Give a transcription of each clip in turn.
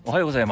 おはようございます。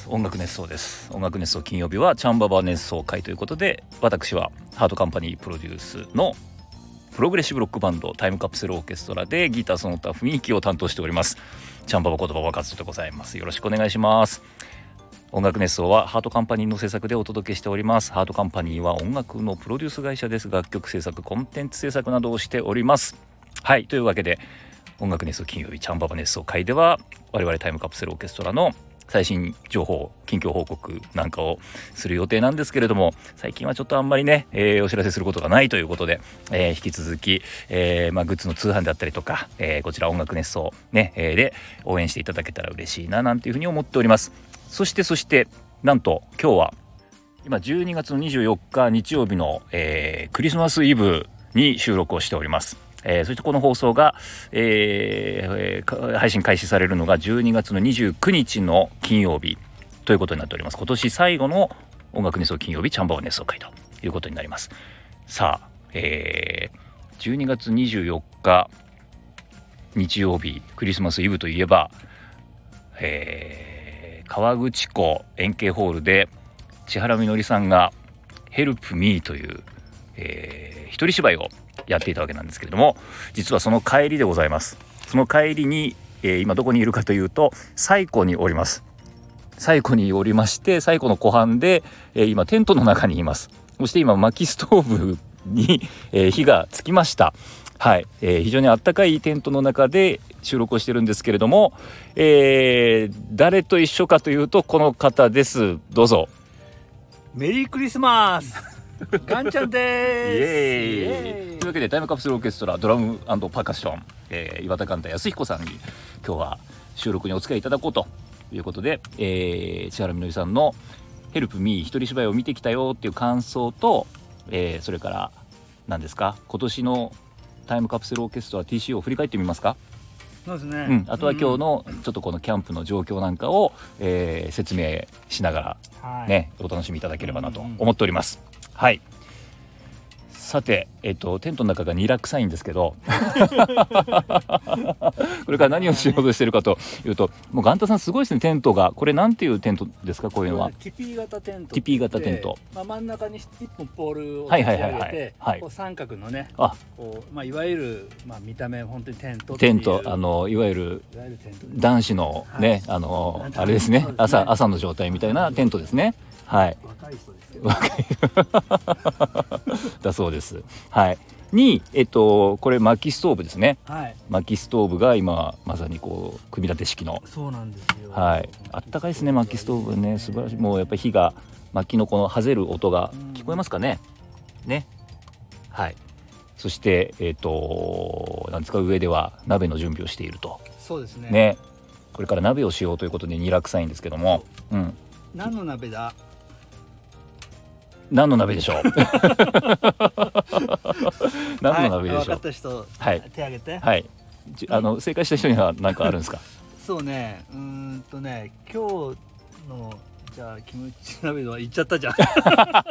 音楽熱奏です。音楽熱奏金曜日はチャンババ熱奏会ということで、私はハートカンパニープロデュースのプログレッシブロックバンドタイムカプセルオーケストラでギターその他雰囲気を担当しておりますチャンババ言葉若津でございます。よろしくお願いします。音楽熱奏はハートカンパニーの制作でお届けしております。ハートカンパニーは音楽のプロデュース会社です。楽曲制作、コンテンツ制作などをしております。はい、というわけで音楽熱奏金曜日チャンババ熱奏会では我々タイムカプセルオーケストラの最新情報、近況報告なんかをする予定なんですけれども、最近はちょっとあんまりね、お知らせすることがないということで、引き続き、グッズの通販であったりとか、こちら音楽熱奏、ねで応援していただけたら嬉しいななんていうふうに思っております。そしてなんと今日は今12月の24日日曜日の、クリスマスイブに収録をしております。そしてこの放送が、配信開始されるのが12月の29日の金曜日ということになっております。今年最後の音楽熱奏金曜日チャンババ熱奏会ということになります。さあ、12月24日日曜日クリスマスイブといえば、河口湖円形ホールで千原みのりさんがヘルプミーという、一人芝居をやっていたわけなんですけれども、実はその帰りでございます。その帰りに、今どこにいるかというと西湖におります。西湖におりまして、西湖の湖畔で、今テントの中にいます。そして今薪ストーブに、火がつきました。はい、非常にあったかいテントの中で収録をしてるんですけれども、誰と一緒かというとこの方です。どうぞ。 メリークリスマスガンちゃんです。 というわけでタイムカプセルオーケストラドラム&パーカッション、岩田寛太康彦さんに今日は収録にお付き合いいただこうということで、千原みのりさんのヘルプミー一人芝居を見てきたよっていう感想と、それから何ですか、今年のタイムカプセルオーケストラ TCO を振り返ってみますか。 そうですね、 あとは今日のちょっとこのキャンプの状況なんかを、説明しながらね、お楽しみいただければなと思っております。はい、さて、テントの中が2ラ臭いんですけどこれから何をしようとしているかというと、もうガンタさんすごいですね。テントがこれなんていうテントですか。こういうのはティピー型テント。 ティピー型テント、 真ん中に1本ポールを立ち上げて、こう三角のね、こういわゆる、見た目本当にテントっていう、 いわゆる男子のね、あれですね、朝の状態みたいなテントですね。はい、 若い人ですよ、 若いだそうです。はい。にこれ薪ストーブですね。 はい。 薪ストーブが今まさにこう組み立て式の。 そうなんですよ。 はい。あったかいですね、薪ストーブね。素晴らしい。もうやっぱり火が、薪のこのはぜる音が聞こえますかね。ね。はい。そしてなんですか、上では鍋の準備をしていると。 そうですね。 ね。これから鍋をしようということでニラ臭いんですけども。 何の鍋だ。 何の鍋でしょう何の鍋でしょう。 分かった人、手挙げて。 はい。正解した人には何かあるんですか。 そうね、今日のじゃあキムチ鍋は言っちゃったじゃん言っち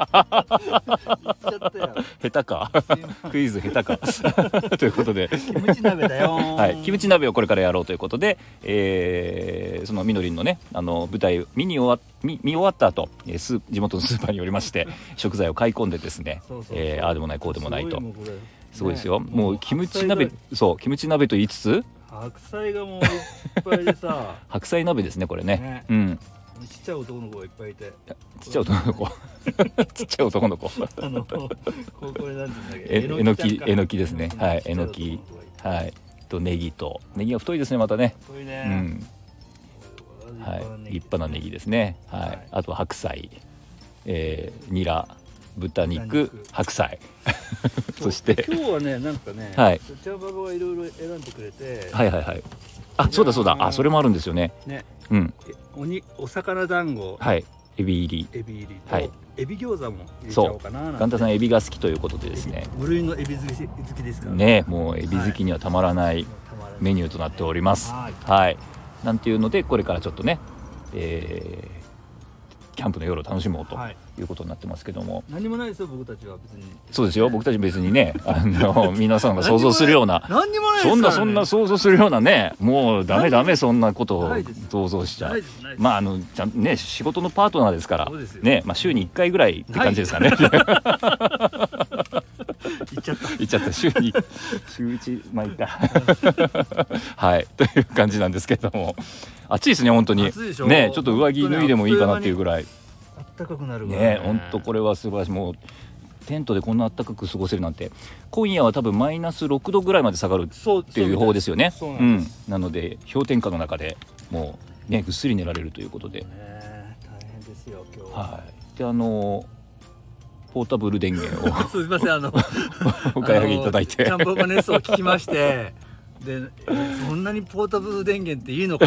ゃったよ。 下手かクイズ下手かということでキムチ鍋だよ。 はい、キムチ鍋をこれからやろうということで、そのみのりんのね舞台見終わった後、地元のスーパーに寄りまして食材を買い込んでですね、ああでもないこうでもないと。すごいですよ。もうキムチ鍋、キムチ鍋と言いつつ白菜がもういっぱいでさ白菜鍋ですねこれね。 ちっちゃい男の子がいっぱいいて。 ちっちゃい男の子ちっちゃい男の子これなんて言うんだっけ、 えのきですね。はい、えのき、はい、とネギが太いですね、またね。 太いね。 はい、立派なネギですね。はい、あとは白菜、ニラ、豚肉、白菜そして今日はね、なんかね、 はい、 チャンババがいろいろ選んでくれて、 あ、そうだ、それもあるんですよね。 お魚団子、 はい、エビ入りと、エビ餃子も入れちゃおうかな。 ガンタさんエビが好きということでですね、 無類のエビ好きですからね。もうエビ好きにはたまらないメニューとなっております。はい、なんていうのでこれからちょっとね、 キャンプの夜を楽しもうということになってますけども、 何もないですよ僕たちは別に。 そうですよ、僕たち別にね皆さんが想像するような何にもないですからね、 そんな想像するようなね、もうダメそんなことを想像しちゃう。まあちゃんね仕事のパートナーですからね、まあ週に1回ぐらいって感じですかね、言っちゃった週1まあいいかはいという感じなんですけども、暑いですね本当にね、ちょっと上着脱いでもいいかなっていうぐらい暖かくなるからね、本当これは素晴らしい。もうテントでこんな暖かく過ごせるなんて、今夜は多分マイナス6度ぐらいまで下がるっていう予報ですよね。なので氷点下の中でもうねぐっすり寝られるということで、 大変ですよ今日は。 はい、でポータブル電源をすみませんお買い上げいただいてキャンプバネスを聞きましてでそんなにポータブル電源っていいのか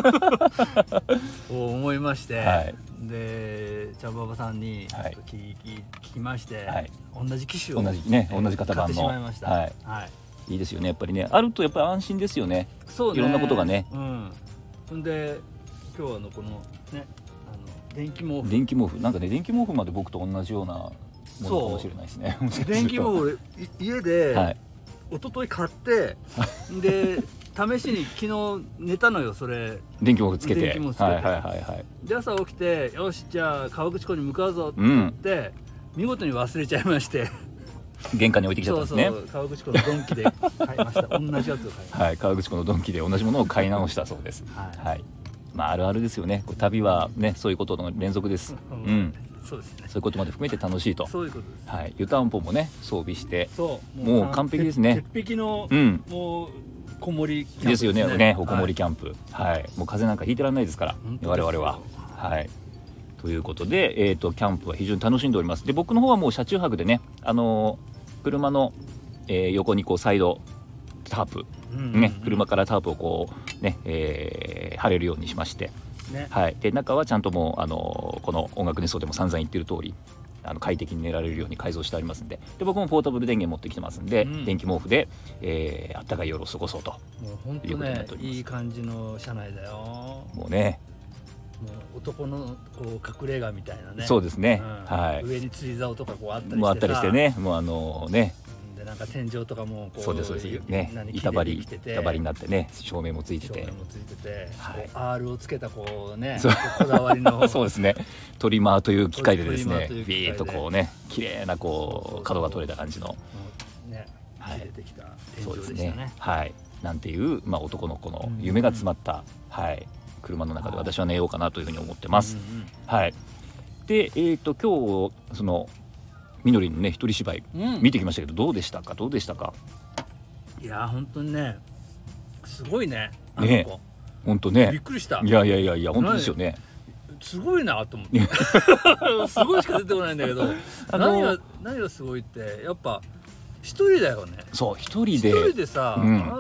と思いまして、はい、でチャンババさんに聞きまして、はい、同じ機種を同じ型番の買ってしまいました。はいはい、いいですよねやっぱりね、あるとやっぱり安心ですよね。そうね、いろんなことがね。 そんで今日はこのね電気毛布なんかね、電気毛布まで僕と同じようなものかもしれないですね。 電気毛布家で、はい、一昨日買ってで試しに昨日寝たのよ。それ電気毛布つけて、 で朝起きてよしじゃあ河口湖に向かうぞって言って、見事に忘れちゃいまして玄関に置いてきちゃったんですね。 そう河口湖のドンキで買いました同じやつを買いました。 はい、河口湖のドンキで同じものを買い直したそうです。はい、まああるあるですよね。旅はねそういうことの連続です。そうですね。そういうことまで含めて楽しいと。 そういうことです。 はい、湯たんぽもね装備して、もう完璧ですね。 鉄壁のもうこもりキャンプですよね。おこもりキャンプ。はい、もう風邪なんかひいてらんないですから我々は。はい。ということでキャンプは非常に楽しんでおります。で僕の方はもう車中泊でね車の横にこうサイドタープね、車からタープをこうね張れるようにしまして。はい、で中はちゃんともうこの音楽熱奏でも散々言ってる通り快適に寝られるように改造してありますんで、僕もポータブル電源持ってきてますんで、電気毛布であったかい夜を過ごそうということになっております。 いい感じの車内だよ。 もうねもう男のこう隠れ家みたいなね。 そうですね、はい、 上に釣り竿とかこうあったりしてね、もうねでなんか天井とかもこうそうですね、板張りになってね、照明もついてて、 はい、R をつけたこうねこだわりのそうですね、トリマーという機械でですねビーッとこうね綺麗なこう角が取れた感じのね出てきた天井でしたね。 はい、なんていう男の子の夢が詰まったはい車の中で私は寝ようかなというふうに思ってます。はい。で今日そのみのりのね一人芝居見てきましたけど、どうでしたか。 いや本当にねすごいねね、本当ねびっくりした。 いや本当ですよね。 すごいなと思ってすごいしか出てこないんだけど何がすごいってやっぱ一人だよね。 そう一人でさ、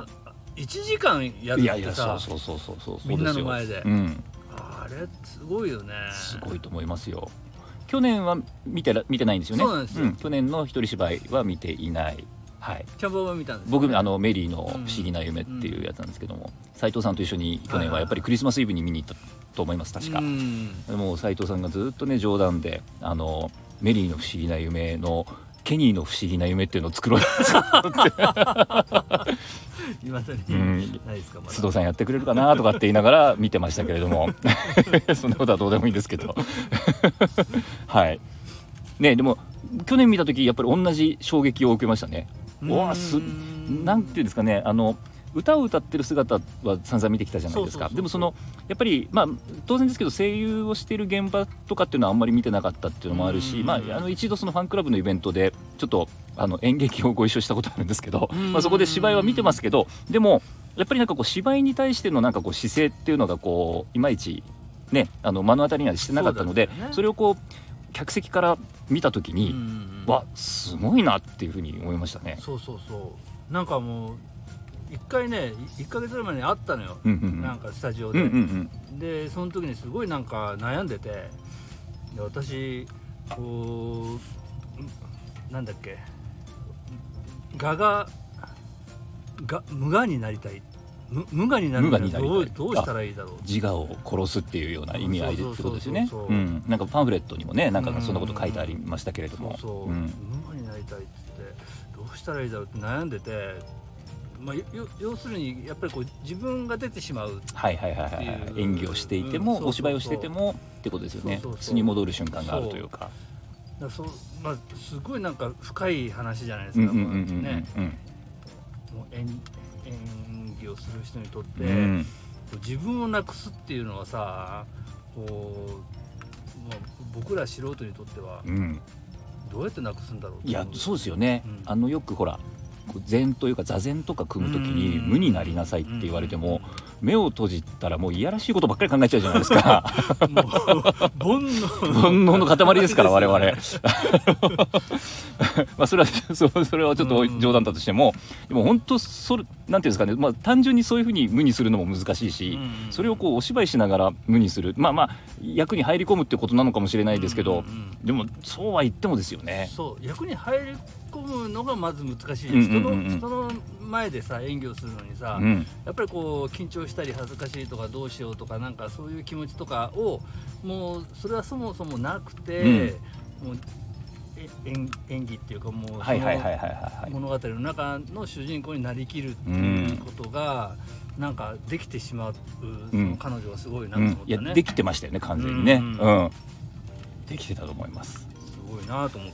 1時間やるってさ、 そうみんなの前で、あれすごいよね。 すごいと思いますよ。去年は見てないんですよね。 そうなんですよ。 去年の一人芝居は見ていない。はい。 キャンバーは見たんです。 僕メリーの不思議な夢っていうやつなんですけども、斉藤さんと一緒に去年はやっぱりクリスマスイブに見に行ったと思います確か。でも斉藤さんがずっとね冗談でメリーの不思議な夢のケニーの不思議な夢っていうのを作ろうって今さにないですか。 須藤さんやってくれるかなとかって言いながら見てましたけれどもそんなことはどうでもいいんですけどはいね。でも去年見た時やっぱり同じ衝撃を受けましたね。なんていうんですかね、歌を歌ってる姿は散々見てきたじゃないですか。でもやっぱり当然ですけど声優をしている現場とかっていうのはあんまり見てなかったっていうのもあるし、一度そのファンクラブのイベントでちょっと演劇をご一緒したことあるんですけど、そこで芝居は見てますけど、でもやっぱりなんかこう芝居に対してのなんかこう姿勢っていうのがこういまいちね目の当たりにはしてなかったので、それをこう客席から見た時にわすごいなっていうふうに思いましたね。 そうなんかもう一回ね1ヶ月ぐらい前に会ったのよ、なんかスタジオで、でその時にすごいなんか悩んでて、で私こうなんだっけ無我になりたいっ無我になるにはどうしたらいいだろう。 自我を殺すっていうような意味合いでってことですよね。なんかパンフレットにもねなんかそんなこと書いてありましたけれども、 無我になりたいってどうしたらいいだろうって悩んでて、要するにやっぱりこう自分が出てしまうっていう演技をしていても、お芝居をしててもってことですよね。素に戻る瞬間があるというか、 すごいなんか深い話じゃないですか。もう演技をする人にとって、自分をなくすっていうのはさ、こう、僕ら素人にとってはどうやってなくすんだろうって。 いやそうですよね。よくほら禅というか座禅とか組むときに無になりなさいって言われても、目を閉じたらもういやらしいことばっかり考えちゃうじゃないですか。 もう煩悩の塊ですから我々。それはちょっと冗談だとしても、でも本当なんていうんですかね、単純にそういうふうに無にするのも難しいし、それをこうお芝居しながら無にする、役に入り込むってことなのかもしれないですけど、でもそうは言ってもですよね。 そう役に入り込むのがまず難しい。人の前でさ演技をするのにさ、やっぱりこう緊張したり恥ずかしいとかどうしようとかなんかそういう気持ちとかをもうそれはそもそもなくて、もう演技っていうかもう物語の中の主人公になりきるっていうことがなんかできてしまう、その彼女はすごいなと思ったね。 いやできてましたよね完全にね。できてたと思います。 すごいなと思って。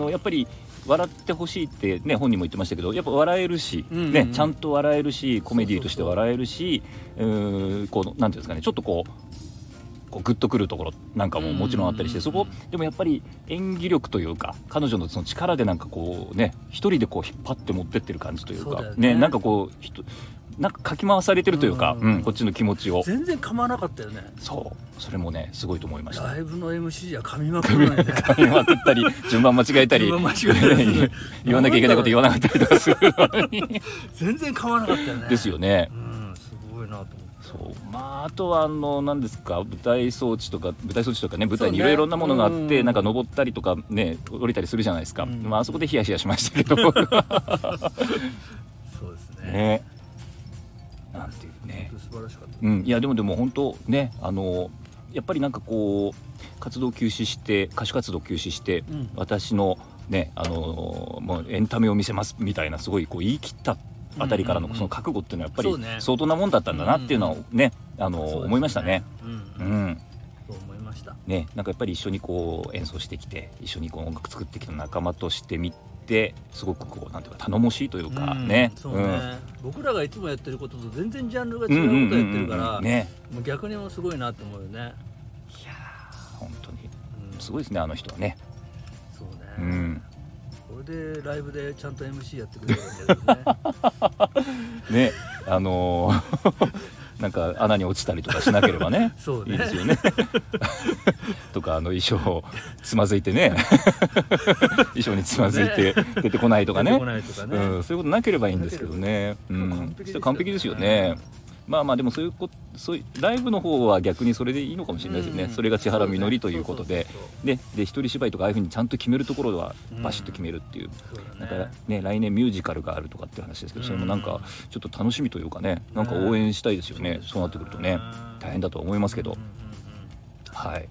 やっぱり笑ってほしいってね本人も言ってましたけど、やっぱ笑えるし、ちゃんと笑えるし、コメディとして笑えるし、こうなんていうんですかね、ちょっとこうグッとくるところなんかももちろんあったりして、そこでもやっぱり演技力というか彼女のその力でなんかこうね一人でこう引っ張って持ってってる感じというかね、なんかこうなんかかき回されてるというか、こっちの気持ちを全然噛まなかったよね。 それもねすごいと思いました。 ライブの MC じゃ噛みまくるね。 噛みまくったり順番間違えたり言わなきゃいけないこと言わなかったりとかするのに全然噛まなかったよね。 ですよね。 すごいなと思って。 あとは何ですか、舞台装置とかね、舞台にいろいろなものがあって、なんか登ったりとかね降りたりするじゃないですか。あそこでヒヤヒヤしましたけどそうですね。 なんていうね、 素晴らしかった。 いやでも本当ね、やっぱりなんかこう活動休止して歌手活動休止して、私のねもうエンタメを見せますみたいなすごいこう言い切ったあたりからのその覚悟っていうのはやっぱり相当なもんだったんだなっていうのはね思いましたね。 そう思いましたね。なんかやっぱり一緒にこう演奏してきて一緒にこう音楽作ってきた仲間として見て、すごくこうなんていうか頼もしいというかね。 僕らがいつもやってることと全然ジャンルが違うことやってるからね、もう逆にもすごいなと思うよね。いや本当にすごいですね、あの人はね。 そうね。これでライブでちゃんと MC やってくれるんだけどね。 ね、なんか穴に落ちたりとかしなければねいいですよねとか衣装をつまずいてね衣装につまずいて出てこないとかね、そういうことなければいいんですけどね。完璧ですよね。でもそういうライブの方は逆にそれでいいのかもしれないですよね。それが千原みのりということで、一人芝居とかああいうふうにちゃんと決めるところはバシッと決めるっていう、なんかね来年ミュージカルがあるとかっていう話ですけど、それもなんかちょっと楽しみというかね、なんか応援したいですよね。そうなってくるとね大変だと思いますけど、はい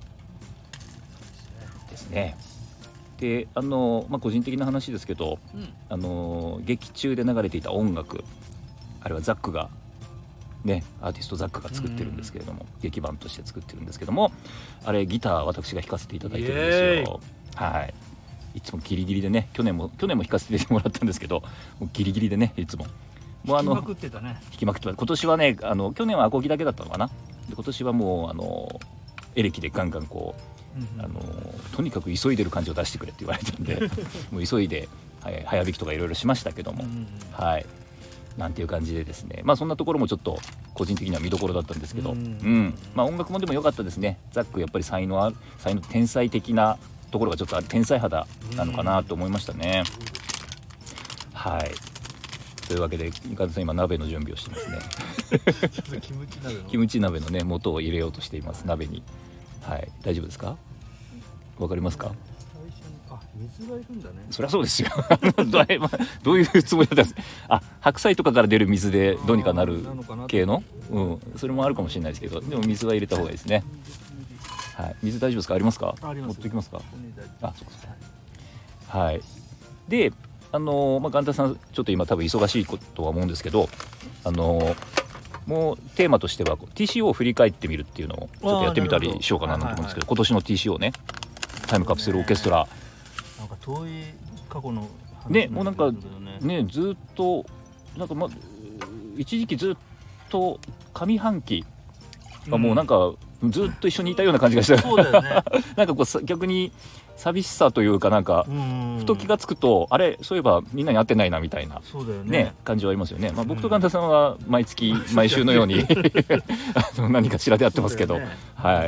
ですね。で個人的な話ですけど、劇中で流れていた音楽、あれはザックがね、アーティストザックが作ってるんですけれども、劇版として作ってるんですけども、あれギター私が弾かせていただいてるんですよ。いつもギリギリでね、去年も弾かせてもらったんですけど、もうギリギリでね、いつももう弾きまくってたね。 今年はね去年はアコギだけだったのかな。で今年はもうエレキでガンガンこう、とにかく急いでる感じを出してくれって言われたんでもう急いで、早弾きとかいろいろしましたけども、なんていう感じでですね、そんなところもちょっと個人的には見どころだったんですけど、音楽もでも良かったですね。ザックやっぱり才能天才的なところがちょっと天才肌なのかなと思いましたね。というわけで岡田さん今鍋の準備をしてますねキムチ鍋のね素を入れようとしています、鍋に。大丈夫ですか？わかりますか？ 水がいるんだね。 そりゃそうですよどういうつもりだったんですか。白菜とかから出る水でどうにかなる系の、それもあるかもしれないですけど、でも水は入れた方がいいですね。はい、水大丈夫ですか？ありますか？ あります。 持ってきますか？あ、そうか。はい。で、元旦さんちょっと今多分忙しいとは思うんですけど、もうテーマとしては TCO を振り返ってみるっていうのをちょっとやってみたりしようかなと思うんですけど、今年の TCO ね、タイムカプセルオーケストラ、 なんか遠い過去の話ね、もうなんかね、ずっとなんか一時期ずっと上半期がもうなんかずっと一緒にいたような感じがした、 そうだよねなんかこう逆に寂しさというか、なんかふと気がつくと、あれそういえばみんなに会ってないなみたいな、 そうだよね、感じはありますよね。僕と神田さんは毎月毎週のように何かしらでやってますけど、はい、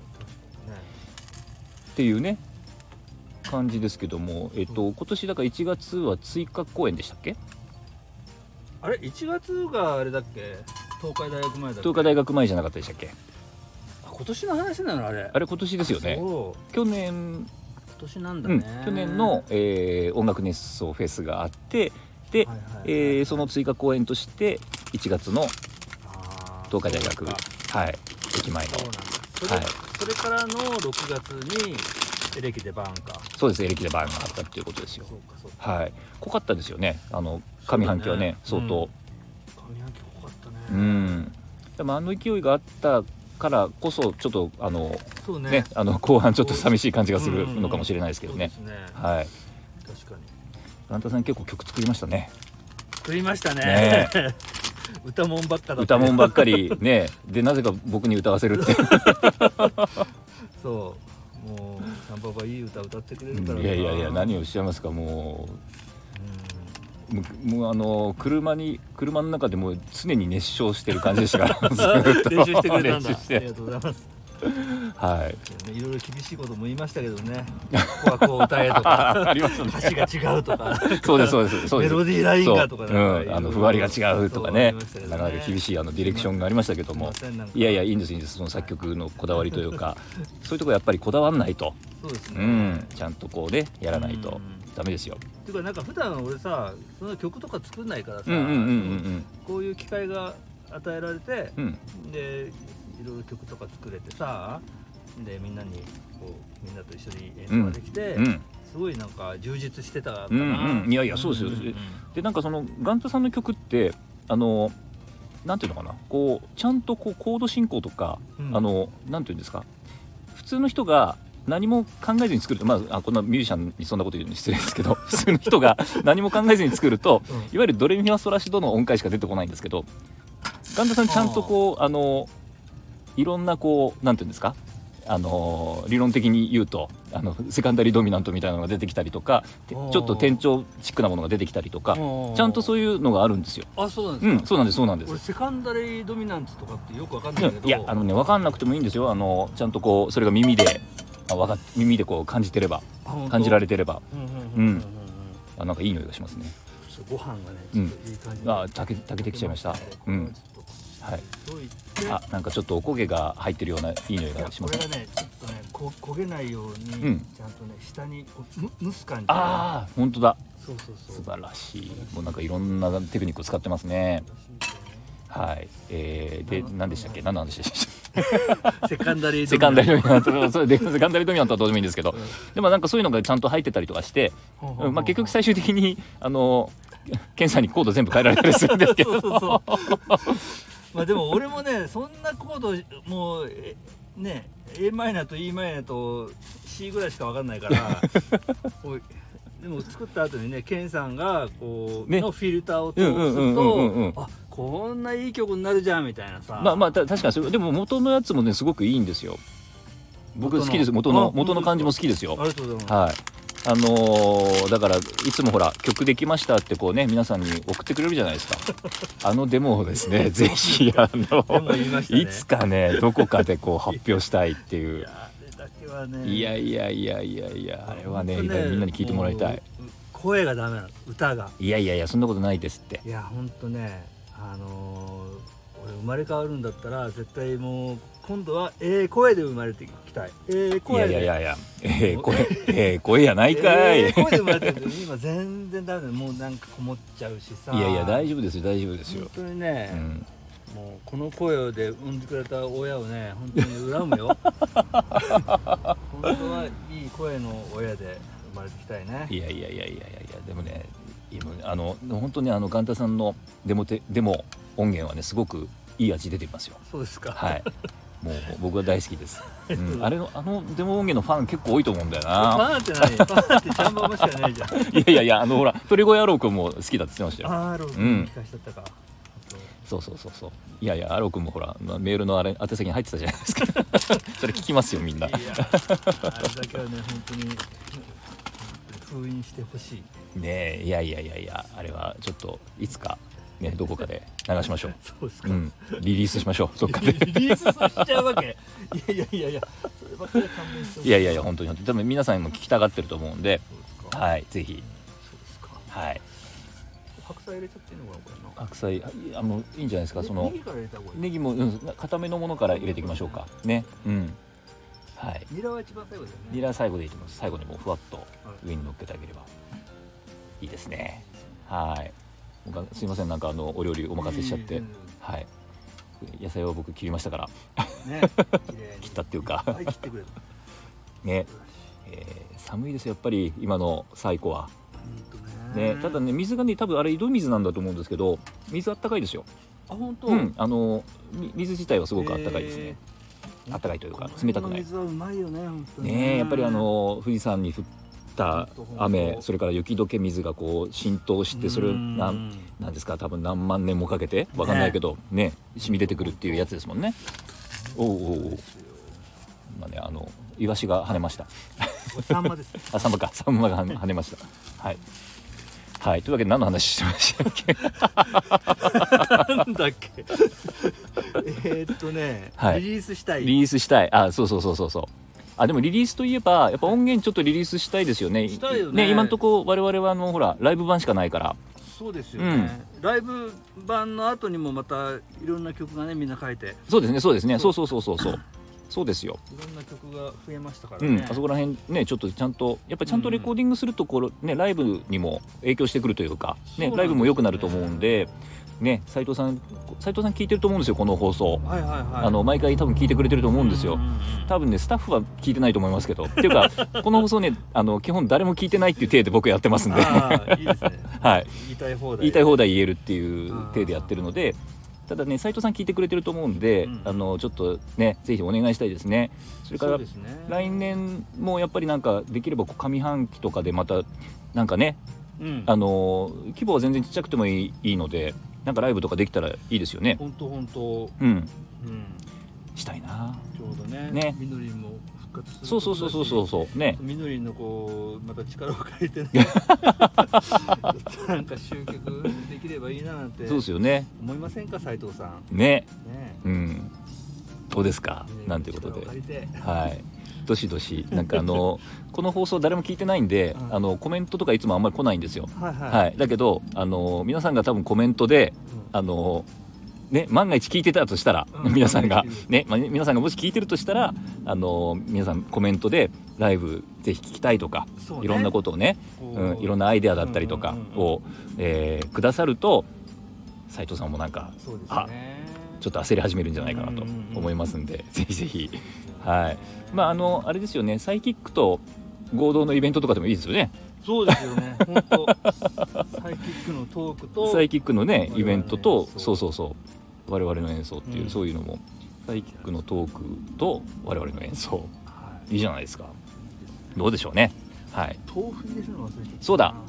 っていうね感じですけども、今年だから1月は追加公演でしたっけ？ あれ1月があれだっけ？東海大学前だっけ？ 東海大学前じゃなかったでしたっけ？ 今年の話なの？あれ今年ですよね。去年今年なんだね、 去年の、音楽熱奏フェスがあって、で、その追加公演として1月の東海大学、駅前の、 それからの6月にエレキでバーンか。 そうです、エレキでバーンがあったっていうことですよ。はい、濃かったですよね、上半期はね、相当、 上半期濃かったね。 でも勢いがあったからこそちょっとね、後半ちょっと寂しい感じがするのかもしれないですけどね。はい。 確かに。 神田さん結構曲作りましたね。 作りましたね。歌もんばっかだった。 歌もんばっかりね。でなぜか僕に歌わせるって。 そう。もうサンババいい歌歌ってくれるから。 いや何をおっしゃいますか。もう車の中でもう常に熱唱してる感じでしたから。 練習してくれたんだ。ありがとうございます。 はい。 いろいろ厳しいことも言いましたけどね。ここはこう歌えとか、 ありましたね。 歌詞が違うとか。 そうですそうです。 メロディーラインがとかね。 ふわりが違うとかね。なかなか厳しいディレクションがありましたけども。いやいいんですいいんです。その作曲のこだわりというか、そういうところやっぱりこだわんないと。 そうですね。 ちゃんとこうねやらないとダメですよ。 ていうかなんか普段俺さ、その曲とか作んないからさ、こういう機会が与えられて、でいろいろ曲とか作れてさ、でみんなと一緒に演奏ができて、すごいなんか充実してたかな。 いやそうですよ。でなんかそのガンタさんの曲ってなんていうのかな、こうちゃんとこうコード進行とか、なんていうんですか、普通の人が何も考えずに作ると、こんなミュージシャンにそんなこと言うの失礼ですけど、普通の人が何も考えずに作ると、いわゆるドレミファソラシドの音階しか出てこないんですけど、ガンタさんちゃんとこういろんなこうなんていうんですか、理論的に言うとセカンダリードミナントみたいなのが出てきたりとか、ちょっと転調チックなものが出てきたりとか、ちゃんとそういうのがあるんですよ。 あ、そうなんですか。 そうなんですそうなんです。 俺セカンダリードミナントとかってよくわかんないけど、 いや分かんなくてもいいんですよ。ちゃんとこうそれが耳でこう感じてれば、感じられてれば、なんかいい匂いがしますね。 ご飯がねちょっといい感じ。 炊けてきちゃいました。はい。なんかちょっとおこげが入ってるようないい匂いがしますね。 これがねちょっとね焦げないようにちゃんとね下に蒸す感じ。 本当だ。 そう素晴らしい。もうなんかいろんなテクニックを使ってますね。はい。で何でしたっけ？何の話でしたっけ？ セカンダリードミナント。それでセカンダリードミナントはどうでもいいんですけど、でもなんかそういうのがちゃんと入ってたりとかして、結局最終的にケンさんにコード全部変えられたりするんですけど。 でも俺もねそんなコードもうね A マイナーと E マイナーと C ぐらいしか分かんないからでも作った後にねケンさんがこうのフィルターを通すとこんないい曲になるじゃんみたいなさ。 確かにそれでも元のやつもねすごくいいんですよ。僕好きです。元の感じも好きですよ。 ありがとうございます。 だからいつもほら曲できましたってこうね皆さんに送ってくれるじゃないですか。デモをですねぜひいつかねどこかでこう発表したいっていう。いやあれはねみんなに聞いてもらいたい。 声がダメなの、歌が。 いやそんなことないですって。 いやほんとね生まれ変わるんだったら絶対もう今度は声で生まれていきたい。声で。 いや声やないかい。 声で生まれてるけど今全然ダメだ。もうなんかこもっちゃうしさ。 いや大丈夫ですよ本当にね、もうこの声で産んでくれた親をね本当に恨むよ。本当はいい声の親で生まれてきたいね。 いやでもね今本当にガンタさんのデモ音源はねすごくいい味出てますよ。 そうですか。 はい。もう僕は大好きです。あのデモ音源のファン結構多いと思うんだよな。 ファンって何？ファンってジャンボマしかないじゃん。 いやほら鳥越野郎君も好きだって言ってましたよ。 アロー君聞かしちゃったか。 そういやアロー君もほらメールの宛先に入ってたじゃないですか。それ聞きますよみんな。 あれだけはね本当に封印してほしい。 ねえいやあれはちょっといつかねどこかで流しましょう。 そうですか。 リリースしましょうどっかで。 リリースさせちゃうわけ。いやそればっかり勘弁してほしい。 いや本当に多分皆さんも聞きたがってると思うんで、はいぜひ。 そうですか。 はい。 白菜入れちゃっていいのかなこれな。 白菜いいんじゃないですか。そのネギから入れた方がいい。 ネギも固めのものから入れていきましょうかね。はい。 ニラは一番最後だよね。 ニラ最後でいいと思います。最後にもうふわっと上に乗っけてあげればいいですね。はい。すいませんなんかお料理お任せしちゃって、はい。野菜は僕切りましたからね切ったっていうかはい切ってくれたね。寒いですよやっぱり今の最高はね。ただね水がね多分あれ井戸水なんだと思うんですけど水あったかいですよ。 あ本当。 水自体はすごくあったかいですね。あったかいというか冷たくない。 水はうまいよね本当にね。やっぱり富士山に降った雨それから雪解け水がこう浸透してそれをなんですか多分何万年もかけてわかんないけどね染み出てくるっていうやつですもんね。今ねイワシが跳ねました。 サンマです。 サンマが跳ねました。はいというわけで何の話してましたっけ。 なんだっけ。リリースしたい。 そうでもリリースといえばやっぱ音源ちょっとリリースしたいですよね。 したいよね。 今のとこ我々はほらライブ版しかないから。 そうですよね。ライブ版の後にもまたいろんな曲がねみんな書いて。 そうですねそうですよ。 いろんな曲が増えましたからね。 あそこら辺ねちょっとちゃんとレコーディングするとライブにも影響してくるというかねライブも良くなると思うんで。ね、斉藤さん聞いてると思うんですよこの放送。毎回多分聞いてくれてると思うんですよ。多分ねスタッフは聞いてないと思いますけどっていうかこの放送ね基本誰も聞いてないっていう体で僕やってますんでいいですね。 はい言いたい放題言えるっていう体でやってるので。ただね斉藤さん聞いてくれてると思うんで、ちょっとねぜひお願いしたいですね。それから来年もやっぱりなんかできれば上半期とかでまたなんかね、規模は全然ちっちゃくてもいいのでなんかライブとかできたらいいですよね。 本当したいな。 ちょうどねみのりんも復活する。 そうね。 みのりんのまた力を借りてねなんか集客できればいいななんて。 そうですよね。 思いませんか斉藤さん。 ね。どうですか。なんていうことで。はい。どしどしなんかこの放送誰も聞いてないんでコメントとかいつもあんまり来ないんですよ。だけど皆さんが多分コメントで万が一聞いてたとしたら皆さんがもし聞いてるとしたら皆さんコメントでライブぜひ聞きたいとかいろんなことをねいろんなアイデアだったりとかをくださると斉藤さんもなんかちょっと焦り始めるんじゃないかなと思いますんでぜひぜひ。あれですよねサイキックと合同のイベントとかでもいいですよね。 そうですよね本当サイキックのトークとサイキックのねイベントと我々の演奏っていう、そういうのもサイキックのトークと我々の演奏、いいじゃないですか。どうでしょうね。 豆腐入れるの忘れてた。 そうだ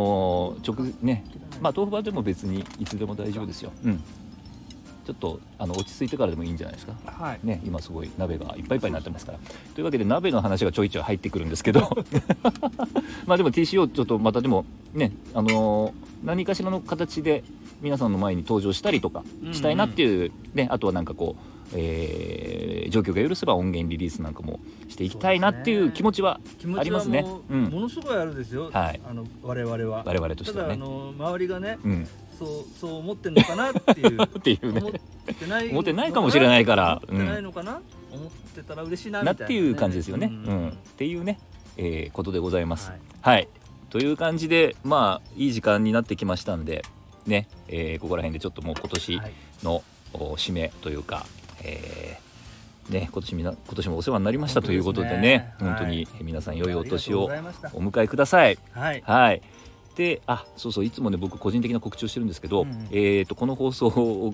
豆腐はでも別にいつでも大丈夫ですよ。ちょっと落ち着いてからでもいいんじゃないですか。今すごい鍋がいっぱいいっぱいになってますから。というわけで鍋の話がちょいちょい入ってくるんですけどでも TCO ちょっとまたでもね何かしらの形で皆さんの前に登場したりとかしたいなっていうあとはなんか状況が許せば音源リリースなんかもしていきたいなっていう気持ちはありますね。 ものすごいあるんですよ。我々としてはね。ただ周りがねそう思ってんのかなっていうっていうね、 思ってないかもしれないから、 思ってないのかな、思ってたら嬉しいなみたいな、ね、 っていう感じですよね、っていうね、ことでございます。はい、という感じでまあいい時間になってきましたんでね、ここら辺でちょっともう今年の締めというか、ね、今年もお世話になりましたということでね、本当に皆さん良いお年をお迎えください。はい、で、そうそう、いつもね僕個人的な告知をしてるんですけど、この放送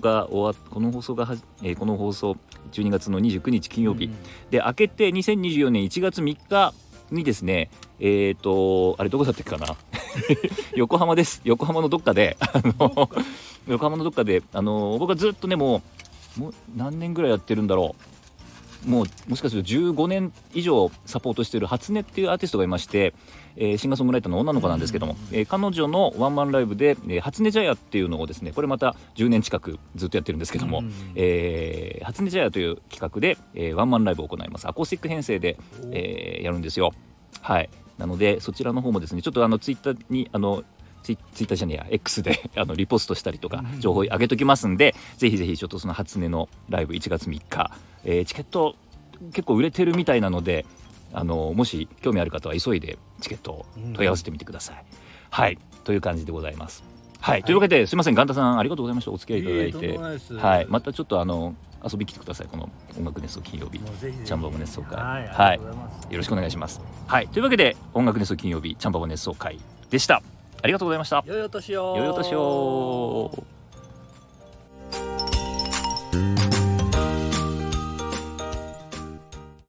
12月の29日金曜日、で明けて2024年1月3日にですね、あれどこだったっけかな横浜です。横浜のどっかで横浜のどっかで僕はずっとねもう何年ぐらいやってるんだろう、もしかすると15年以上サポートしている初音っていうアーティストがいまして、シンガーソングライターの女の子なんですけども、彼女のワンマンライブで、初音茶屋っていうのをですね、これまた10年近くずっとやってるんですけども、初音茶屋という企画で、ワンマンライブを行います。アコースティック編成で、やるんですよ。はい、なのでそちらの方もですね、ちょっとツイッターにツイッターじゃねえや X でリポストしたりとか情報上げときますんで、ぜひぜひちょっとその初音のライブ1月3日、チケット結構売れてるみたいなので、もし興味ある方は急いでチケットを問い合わせてみてください。はい、という感じでございます。はい、というわけですいません、ガンタさんありがとうございました。お付き合いいただいて、はい、またちょっと遊びに来てください。この音楽熱奏金曜日チャンババ熱奏会、はい、よろしくお願いします。はい、というわけで音楽熱奏金曜日チャンババ熱奏会でした。ありがとうございました。 良いお年を。 良いお年を。